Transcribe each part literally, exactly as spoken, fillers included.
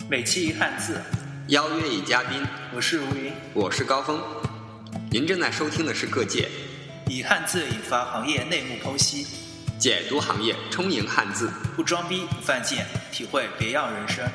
每期一汉字， 邀约一嘉宾。 我是吴云， 我是高峰。您正在收听的是《各界》， 以汉字引发行业内幕剖析， 解读行业，充盈汉字， 不装逼不犯贱，体会别样人生。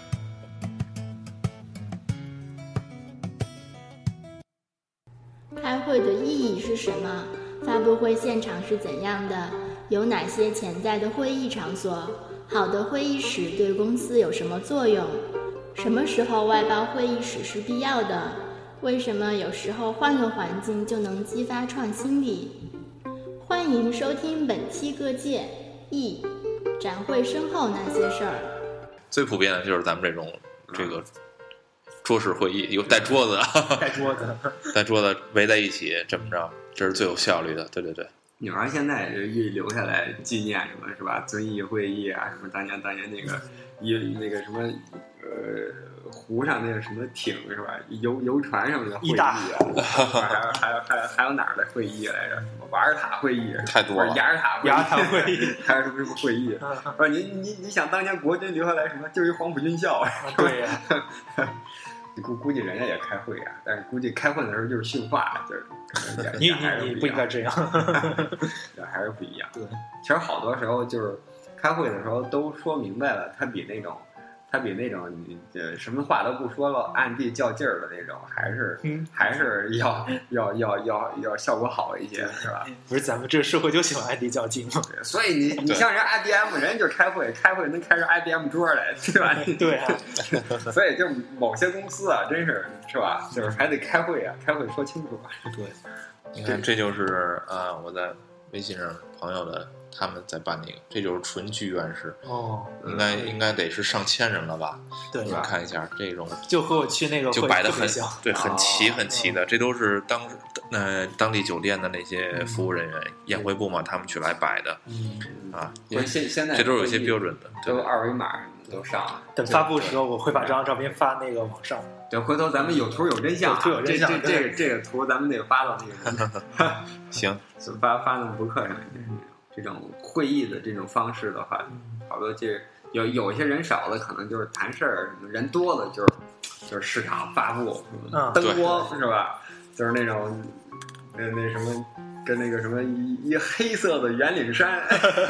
开会的意义是什么？发布会现场是怎样的？有哪些潜在的会议场所？好的会议室对公司有什么作用？什么时候外包会议室是必要的？为什么有时候换个环境就能激发创新力？欢迎收听本期各界议展会身后那些事儿。 最普遍的就是咱们这种这个桌式会议，有带桌子， 带桌子， 带桌子围在一起，这么着，这是最有效率的。对对对。 女孩现在就一留下来纪念什么是吧？遵义会议啊，什么当年当年那个一那个什么呃湖上那个什么艇是吧？游游船上面的会议啊，还有还有还有还有哪儿的会议来着？什么瓦尔塔会议？ 太多了。 雅尔塔雅尔塔会议， 还有什么什么会议？说你你你想当年国军留下来什么？就是一黄埔军校。 对呀、 啊。估估计人家也开会啊，但是估计开会的时候就是训话，就是你你你不应该这样， 还是不一样。 对， 其实好多时候就是开会的时候都说明白了，他比那种，他比那种你呃什么话都不说了，暗地较劲儿的那种，还是、嗯、还是要要要要要效果好一些，是吧？ 不是咱们这个社会就喜欢暗地较劲吗？ 所以你你像人 I B M 人就是开会，开会能开出 I B M 桌来，对吧？ 对啊， 所以就某些公司啊，真是是吧？就是还得开会啊，开会说清楚。 对， 你看这就是呃我在微信上朋友的。他们在办那个，这就是纯剧院式哦， 应该应该得是上千人了吧？ 对， 你看一下这种， 就和我去那个就摆的很对， 哦、 很齐很齐的，这都是当呃当地酒店的那些服务人员、嗯、宴会部嘛，他们去来摆的， 嗯啊， 因为现现在这都是有些标准的， 都二维码都上了。 等发布的时候，我会把这张照片发那个网上。 对，回头咱们有图有真相、啊， 有图有真相。 这这这个这个图咱们得发到那个行， 发发到博客上。这种会议的这种方式的话，好多这有有些人少的可能就是谈事儿，什么人多的就是就是市场发布， 嗯、 灯光是吧？就是那种那那什么跟那个什么一一黑色的圆领衫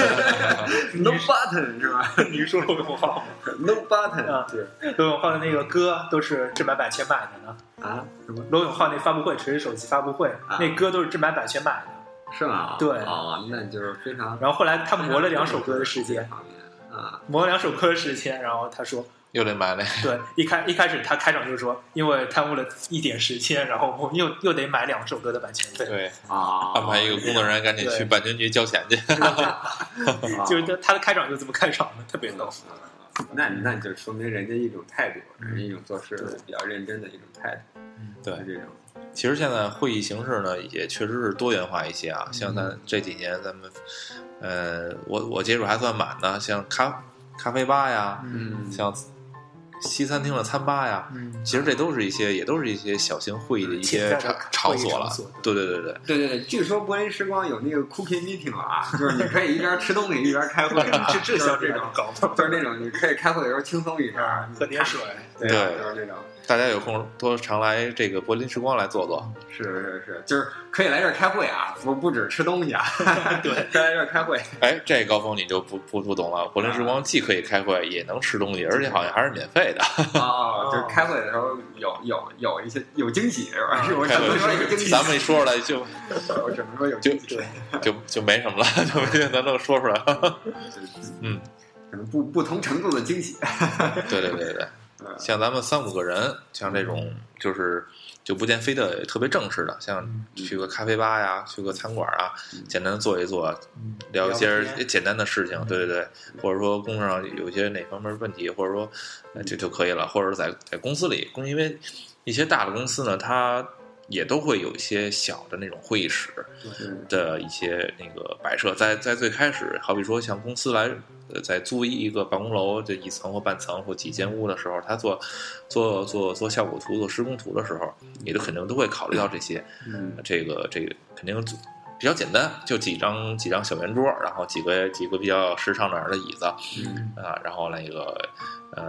，no button 是吧？ 你说罗永浩 ，no button 啊，对，罗永浩的那个歌都是正版版权买的呢。 啊？什么？ 罗永浩那发布会，锤子手机发布会，啊、那歌都是正版版权买的。 是吗？ 对， 哦，那就是非常。 然后后来他磨了两首歌的时间， 啊， 磨了两首歌的时间，然后他说又得买那。 对，一开一开始他开场就说，因为耽误了一点时间，然后我又又得买两首歌的版权费。 对啊， 安排一个工作人员赶紧去版权局交钱去。 就是他的开场就这么开场的，特别逗。 那那就说明人家一种态度，人家一种做事比较认真的一种态度。 嗯，对这种。 其实现在会议形式呢，也确实是多元化一些啊。像咱这几年，咱们，呃，我我接触还算满的，像咖咖啡吧呀， 嗯， 像西餐厅的餐吧呀， 嗯， 其实这都是一些，也都是一些小型会议的一些场场所了。对对对对对对对，据说柏林时光有那个 cookie meeting 了啊，就是你可以一边吃东西一边开会， 这这像这种搞， 就是那种你可以开会的时候轻松一点， 喝点水， 对，就是那种。 大家有空多常来这个柏林时光来坐坐。 是是是，就是可以来这儿开会啊，不不止吃东西啊， 对， 可以来这儿开会。 哎，这高峰你就不不不懂了，柏林时光既可以开会，也能吃东西，而且好像还是免费的。 哦，就是开会的时候有有有一些有惊喜是吧？是我只能说有惊喜。 咱们一说出来就， 我只能说有惊喜， 就就没什么了，就没咱能说出来了。嗯， 可能不不同程度的惊喜。 对对对对。像咱们三五个人，像这种就是就不见非得特别正式的，像去个咖啡吧呀，去个餐馆啊，简单的坐一坐，聊一些简单的事情，对对对，或者说工作上有一些哪方面问题，或者说就就可以了，或者在在公司里，因为一些大的公司呢，它也都会有一些小的那种会议室的一些那个摆设，在在最开始，好比说像公司来。呃，在租一个办公楼这一层或半层或几间屋的时候，他做做做做效果图、做施工图的时候，你都肯定都会考虑到这些。 嗯， 这个这个肯定比较简单，就几张几张小圆桌，然后几个几个比较时尚点的椅子， 嗯啊，然后那个呃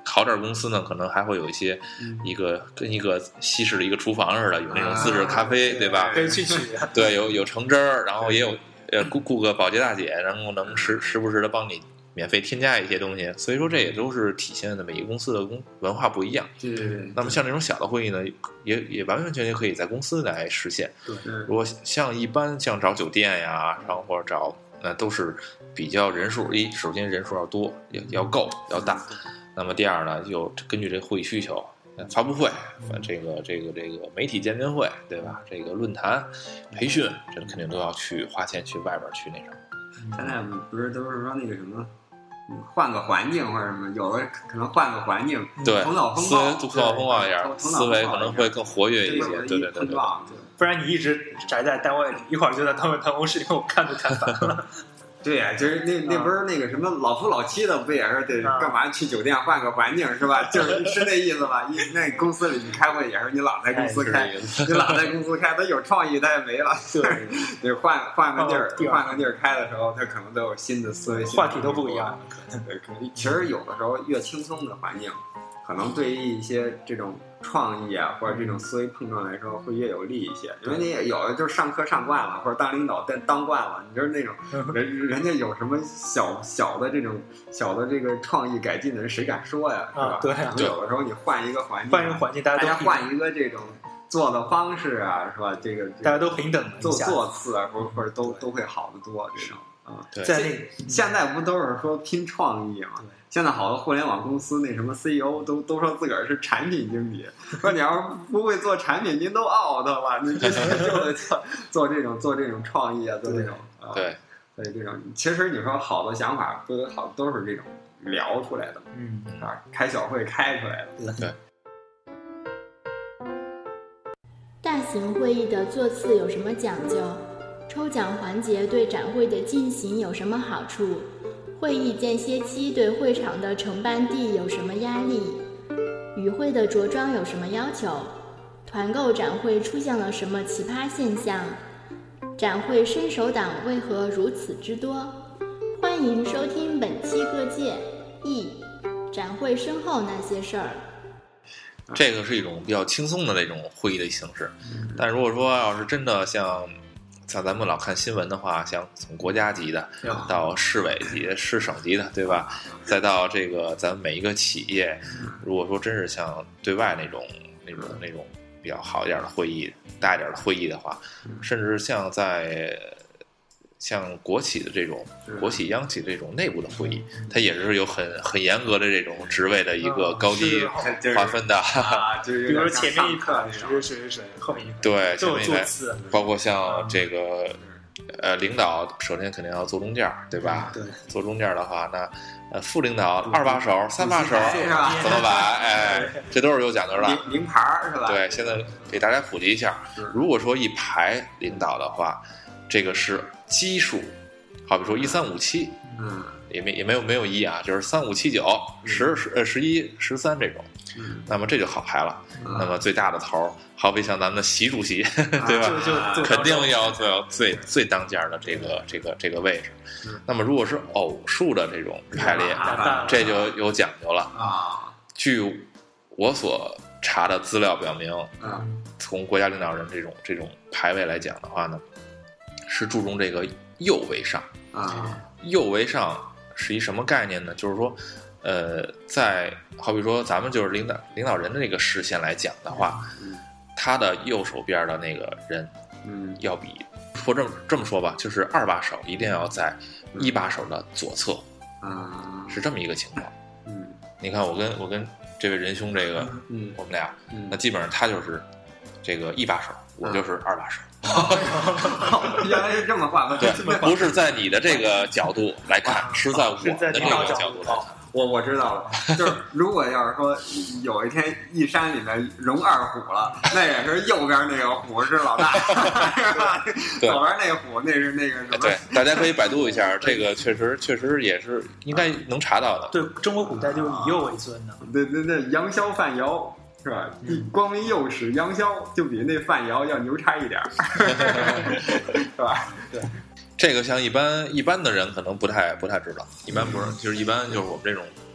好点公司呢，可能还会有一些一个跟一个西式的一个厨房似的，有那种自制咖啡，对吧？ 可以去取。 对，有有橙汁儿，然后也有呃雇雇个保洁大姐，然后能时时不时的帮你免费添加一些东西。所以说这也都是体现的每个公司的公文化不一样。 对对对。 那么像这种小的会议呢，也也完完全全可以在公司来实现。 对。 如果像一般像找酒店呀，然后或者找那都是比较人数，一首先人数要多，要要够，要大。那么第二呢，就根据这个会议需求，发布会，这个这个这个媒体见面会，对吧？这个论坛、培训，这肯定都要去花钱去外边去那什么。 现在不是都是说那个什么，换个环境或者什么，有的可能换个环境， 对， 头脑风思维头脑风暴一点，思维可能会更活跃一些，对对对对。 不然你一直宅在单位里，一会儿就在单位办公室里，我看都看烦了。 对呀、啊，就是那那不是那个什么老夫老妻的，不也是得干嘛去酒店换个环境是吧？就是是那意思吧？一那公司里你开会也是你老在公司开，你老在公司开，他有创意他也没了。对，得换换个地儿，换个地儿开的时候，他可能都有新的思维， 话题都不一样。 对，可能其实有的时候越轻松的环境，可能对于一些这种创意啊，或者这种思维碰撞来说，会越有利一些。因为你有的就是上课上惯了，或者当领导当当惯了，你就是那种人人家有什么小小的这种小的这个创意改进的人，谁敢说呀？是吧？ 啊、对啊。 有的时候你换一个环境， 换一个环境，大家都换一个这种做的方式啊，是吧？这个大家都平等， 做座次啊，或或者都都会好得多。这种啊， 对。 在那现在不都是说拼创意吗？现在好多互联网公司那什么 C E O 都都说自个儿是产品经理，说你要是不会做产品，您都 out 了，你就就得做做这种做这种创意啊，做这种啊， 对， 所以这种其实你说好的想法，不都好都是这种聊出来的， 嗯啊，开小会开出来的， 对。 大型会议的座次有什么讲究？抽奖环节对展会的进行有什么好处？会议间歇期对会场的承办地有什么压力？与会的着装有什么要求？团购展会出现了什么奇葩现象？展会伸手党为何如此之多？欢迎收听本期各界 E 展会身后那些事儿。 这个是一种比较轻松的那种会议的形式，但如果说要是真的像像咱们老看新闻的话，像从国家级的到市委级的、市省级的，对吧？再到这个咱们每一个企业，如果说真是像对外那种、那种、那种比较好一点的会议、大一点的会议的话，甚至像在像国企的这种、国企、央企这种内部的会议，它也是有很很严格的这种职位的一个高低划分的。 比如说前面一排谁谁谁谁，后面一排对，前面一排，包括像这个呃领导，首先肯定要坐中间，对吧？ 对， 坐中间的话，那呃副领导二把手、三把手怎么摆？哎，这都是有讲究的。 名牌是吧？ 对，现在给大家普及一下，如果说一排领导的话，这个是基数，好比说一三五七， 嗯， 也没也没有没有一啊，就是三五七九十十呃十一十三这种， 嗯， 那么这就好排了。 嗯、 那么最大的头，好比像咱们的习主席，对吧？ 啊、就就肯定要做到最最当家的这个这个这个位置。 嗯、 那么如果是偶数的这种排列， 啊、 这就有讲究了啊。 据我所查的资料表明， 嗯， 从国家领导人这种这种排位来讲的话呢，是注重这个右为上啊。 右为上是一什么概念呢？就是说，呃，在好比说咱们就是领导领导人的这个视线来讲的话， 嗯， 他的右手边的那个人， 嗯， 要比说这么这么说吧，就是二把手一定要在一把手的左侧， 啊， 是这么一个情况。 嗯， 你看我跟我跟这位仁兄这个， 嗯， 我们俩， 嗯， 那基本上他就是这个一把手，我就是二把手。 原来是这么划分， 对，不是在你的这个角度来看，是在我的这个角度来看。 我我知道了，就是如果要是说有一天一山里面融二虎了，那也是右边那个虎是老大，左边那个虎那是那个什么？ 对，大家可以百度一下，这个确实确实也是应该能查到的。 对，中国古代就是以右为尊的。 对对对，杨逍范尧。是吧？光明右使杨逍就比那范尧要牛叉一点，是吧？ 对， 这个像一般一般的人可能不太不太知道，一般不是，就是一般就是我们这种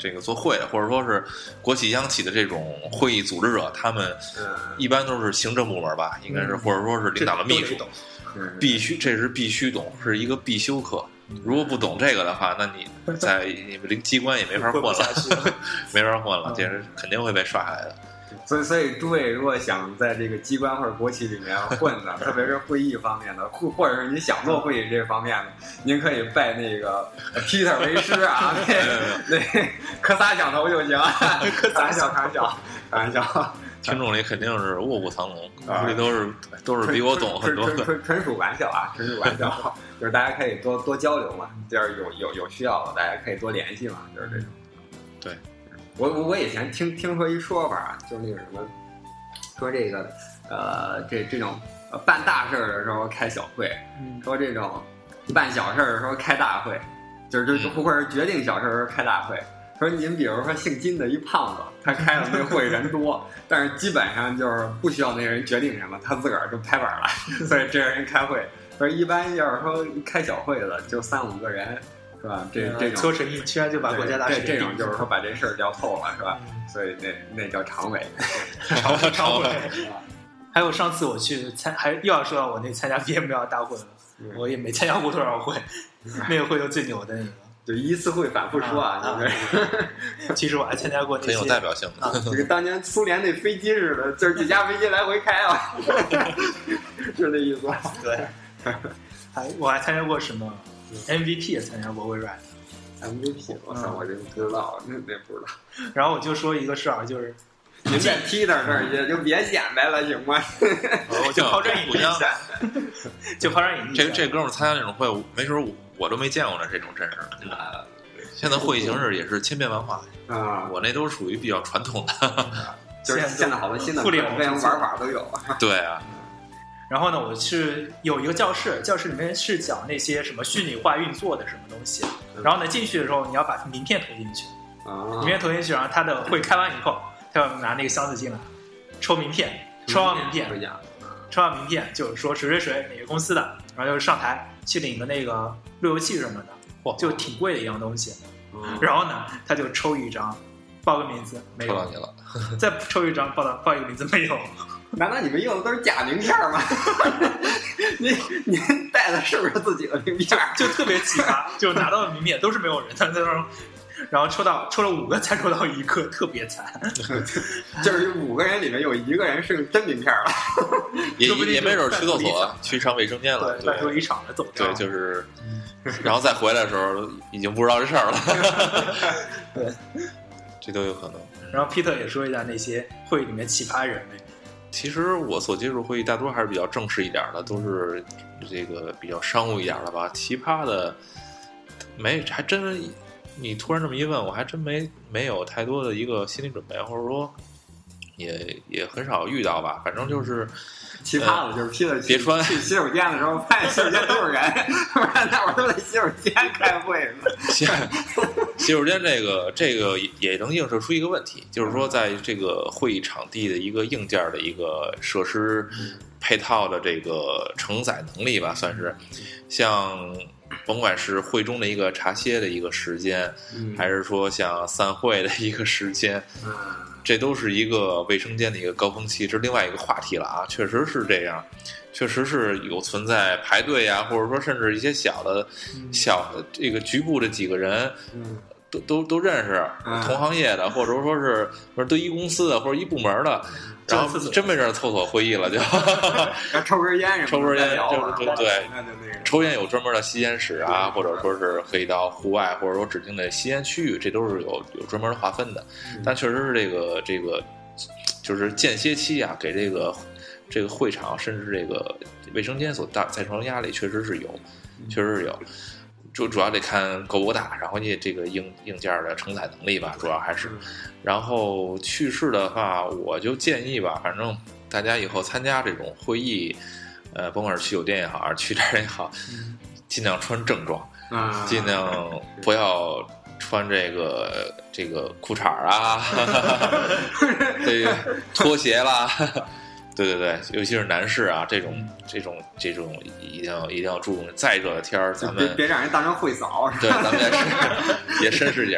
这个做会的，或者说是国企央企的这种会议组织者，他们一般都是行政部门吧，应该是或者说是领导的秘书，必须这是必须懂，是一个必修课。如果不懂这个的话，那你在你们机关也没法混了，没法混了，这是肯定会被刷下来的。 所以，所以诸位如果想在这个机关或者国企里面混的，特别是会议方面的，或或者是你想做会议这方面的，您可以拜那个 Peter 为师啊，那那磕仨响头就行，开玩笑，开玩笑，开玩笑。 听众里肯定是卧虎藏龙，估计都是都是比我懂很多的， 纯纯纯属玩笑啊，纯属玩笑，就是大家可以多多交流嘛，就是有有有需要的，大家可以多联系嘛，就是这种。 对。 我我我以前听听说一说法，就是那个什么，说这个呃这这种呃办大事的时候开小会，嗯、说这种办小事的时候开大会，就是就或者是决定小事的时候开大会。说您比如说姓金的一胖子，他开的那会人多，但是基本上就是不需要那个人决定什么，他自个儿就拍板了，所以这个人开会。所以一般要是说开小会的，就三五个人。是吧？这这种搓成一圈就把国家大事这种就是说把这事儿聊透了，是吧？嗯、所以那那叫常委， 常委常委。还有上次我去参，还又要说到我那参加 B M L 大会了，嗯、我也没参加过多少会，嗯、那个会就最牛的那个。 就一次会反复说啊， 啊啊其实我还参加过那些很有代表性的， 就跟当年苏联那飞机似的，就是几架飞机来回开啊，是那意思。 对，还我还参加过什么？M V P 也参加过微软 ，M V P 我操，我这不知道，那那不知道。 然后我就说一个事儿，就是您在 Peter 这儿也就别显摆了，行吗？ 我就抛砖引玉，就抛砖引玉。 这这哥们儿参加这种会，没准我我都没见过呢，这种阵势。现在会议形式也是千变万化啊， 我那都属于比较传统的， 就是现在好多新的互联网玩法都有。 对啊。 然后呢，我是有一个教室，教室里面是讲那些什么虚拟化运作的什么东西。然后呢，进去的时候你要把名片投进去，名片投进去，然后他的会开完以后，他要拿那个箱子进来，抽名片，抽完名片，抽完名片就是说谁谁谁哪个公司的，然后就是上台去领个那个路由器什么的，就挺贵的一样东西。然后呢，他就抽一张，报个名字没有， 抽到你了， 再抽一张，报到报一个名字没有。 难道你们用的都是假名片吗？您您带的是不是自己的名片？ 就特别奇葩，就拿到的名片都是没有人的那种，然后抽到抽了五个才抽到一个，特别惨。 就是五个人里面有一个人是真名片了， 也也没准去厕所去上卫生间了， 对，半离场的走掉。 对，就是，然后再回来的时候已经不知道这事儿了。 对， 这都有可能。 然后 Peter 也说一下那些会里面奇葩人呗。 其实我所接触会议大多还是比较正式一点的，都是这个比较商务一点的吧。奇葩的没，还真你突然这么一问，我还真没没有太多的一个心理准备，或者说也也很少遇到吧。反正就是奇葩的，就是批的别穿去洗手间的时候，发现洗手间都是人，不然那会儿都在洗手间开会呢。 洗洗手间这个这个也能映射出一个问题，就是说在这个会议场地的一个硬件的一个设施配套的这个承载能力吧，算是像甭管是会中的一个茶歇的一个时间，还是说像散会的一个时间。这都是一个卫生间的一个高峰期，这是另外一个话题了啊！确实是这样，确实是有存在排队呀、啊，或者说甚至一些小的、嗯、小的这个局部的几个人，嗯、都都都认识， 嗯、 同行业的，或者说是或者都一公司的或者一部门的，然后真没人凑凑会议了，就抽根烟什么， 抽根烟， 就就对，抽烟有专门的吸烟室啊，或者说是可以到户外，或者说指定的吸烟区域，这都是有有专门的划分的。但确实是这个这个就是间歇期啊，给这个这个会场甚至这个卫生间所大造成的压力，确实是有，确实是有。主主要得看够不大，然后你这个硬硬件的承载能力吧，主要还是。然后去世的话，我就建议吧，反正大家以后参加这种会议，呃，甭管是去酒店也好，还是去这儿也好，尽量穿正装， 啊、 尽量不要穿这个这个裤衩啊，这个拖鞋啦。对对对，尤其是男士啊，这种这种这种一定要一定要注重。再热的天儿，咱们别别让人当成会嫂。 对，咱们也是也绅士点儿。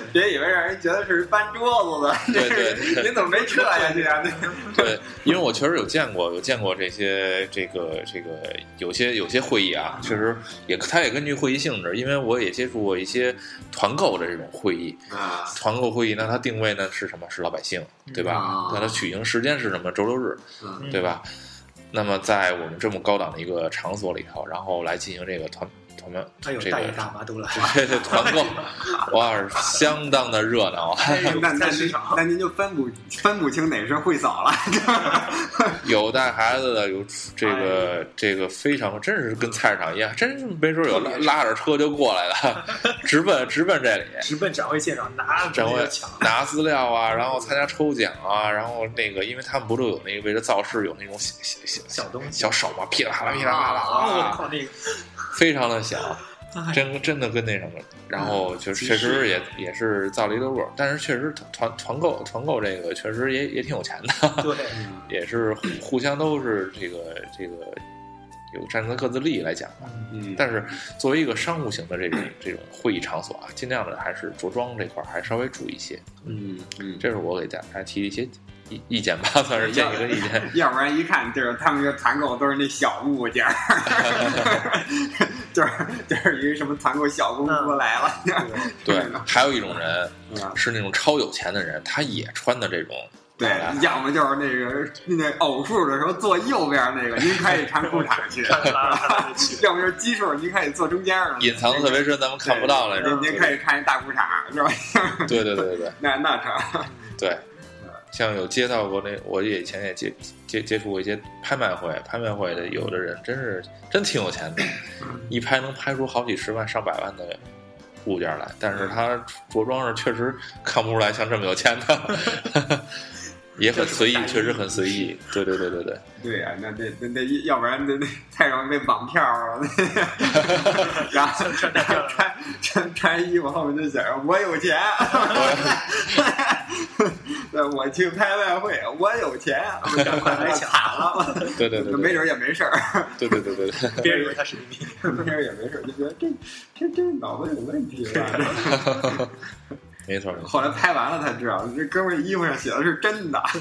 别以为让人觉得是搬桌子的。 对对， 您怎么没撤下去啊？ 对，因为我确实有见过，有见过这些这个这个有些有些会议啊，确实也它也根据会议性质，因为我也接触过一些团购的这种会议啊，团购会议呢，它定位呢是什么？是老百姓，对吧？那它举行时间是什么？周六日，对吧？那么在我们这么高档的一个场所里头，然后来进行这个团团们这个大爷大妈都来， 对对，团购，哇，相当的热闹。 那那您那您就分不分不清哪是会嫂了。 有带孩子的，有这个这个非常，真是跟菜市场一样，真是没准有拉着车就过来了，直奔直奔这里， 直奔展会现场拿展会拿资料啊，然后参加抽奖啊，然后那个，因为他们不都有那个为了造势有那种小小小东西小手嘛，噼里啪啦噼里啪啦， 我靠那个非常的小。真真的跟那什么，然后就确实也也是造了一个味儿，但是确实团团购团购这个确实也也挺有钱的， 对， 也是互相都是这个这个有站在各自利益来讲吧， 嗯， 但是作为一个商务型的这种这种会议场所啊，尽量的还是着装这块还稍微注意一些， 嗯嗯， 这是我给大家提一些意意见吧，算是建议和意见。 要不然一看就是他们这团购都是那小物件儿，就是就是一个什么团购小公司来了。 对，还有一种人是那种超有钱的人，他也穿的这种。 对，要么就是那个那偶数的时候坐右边那个，您可以穿裤衩去；要么就是奇数，您可以坐中间的， 隐藏的特别深，咱们看不到了。 您您可以穿一大裤衩，是吧？ 对对对对对， 那那成。 对，像有接到过那，我以前也接接接触过一些拍卖会，拍卖会的有的人真是真挺有钱的，一拍能拍出好几十万、上百万的物件来，但是他着装是确实看不出来像这么有钱的。也很随意，确实很随意。对对对对对。 对呀、啊，那那那那，要不然那那太容易被绑票了。然后穿穿穿穿衣服后面就写着“我有钱”，对，我去拍卖会，我有钱，赶快来抢了。 对对对， 没准也没事儿。 对对对对对， 别人以为他是秘密，别人也没事，就觉得这这这脑子有问题吧。 没错， 后来拍完了才知道，这哥们儿衣服上写的是真的。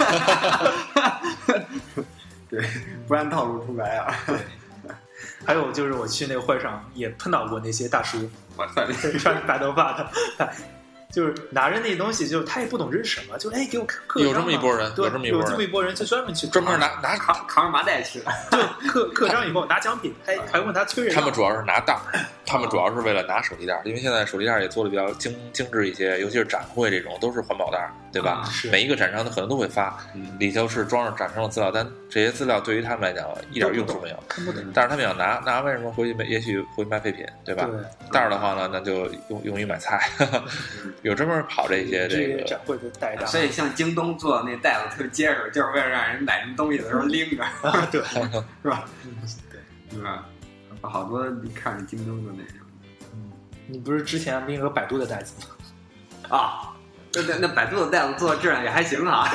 对，不然透露出来啊。 对，还有就是我去那个会上也碰到过那些大叔， 我操， 穿白头发的，就是拿着那东西，就他也不懂这是什么，就哎给我刻刻章。 有这么一拨人， 有这么一拨人， 有这么一拨人，就专门去专门拿拿扛扛着麻袋去了， 就刻刻章以后拿奖品，还还问他催人。 他们主要是拿袋儿，他们主要是为了拿手提袋，因为现在手提袋也做的比较精精致一些，尤其是展会这种都是环保袋，对吧？ 啊、 每一个展商他可能都会发， 嗯、 里头是装上展商的资料单，这些资料对于他们来讲一点用处没有，但是他们想拿拿，为什么回去也许会卖废品，对吧？ 对袋儿的话呢，那就用用于买菜，有专门跑这些这个展会的袋子。 所以像京东做的那袋子特别结实，就是为了让人买什么东西的时候拎着， 啊、对， 是吧？ 嗯，对， 是吧？好多看着京东的那种。 嗯，你不是之前拎个百度的袋子吗？啊，那那那百度的袋子做的质量也还行啊。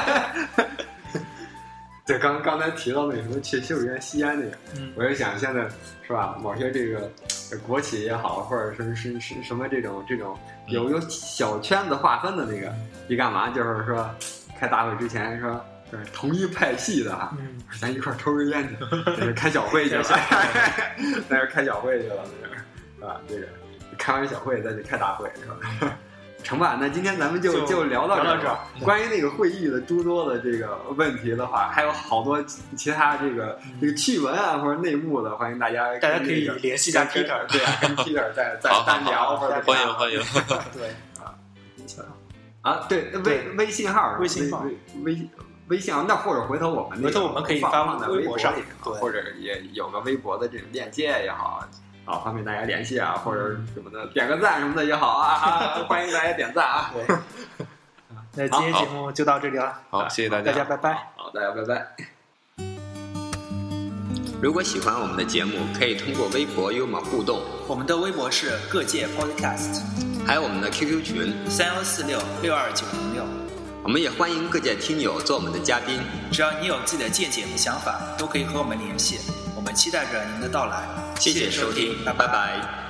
对，刚刚才提到那什么去秀园西安那个， 嗯， 我就想现在是吧，某些这个国企也好，或者是是是什么这种这种有有小圈子划分的那个，一干嘛就是说开大会之前说。就是同一派系的啊， 嗯， 咱一块儿抽根烟去，这是开小会去了，那是开小会去了，那是啊，这个开完小会再去开大会是吧？成吧，那今天咱们就就, 就聊到这儿。 这儿关于那个会议的诸多的这个问题的话，还有好多其他这个、嗯、这个趣闻啊或者内幕的，欢迎大家、 大家可以联系一下 Peter， 对啊，跟 Peter 再再单聊或者欢迎欢迎， 对啊啊对微微信号微信号微微。微信啊，那或者回头我们回头我们可以放在微博上， 或者也有个微博的这种链接也好啊，方便大家联系啊，或者什么的点个赞什么的也好啊，欢迎大家点赞啊。 对，那今天节目就到这里了， 好，谢谢大家， 大家拜拜。 好，大家拜拜。如果喜欢我们的节目，可以通过微博与我们互动。 我们的微博是各界 Podcast， 还有我们的 Q Q 群三幺四六六二九零六。 我们也欢迎各界听友做我们的嘉宾， 只要你有自己的见解和想法，都可以和我们联系。我们期待着您的到来。 谢谢收听，拜拜。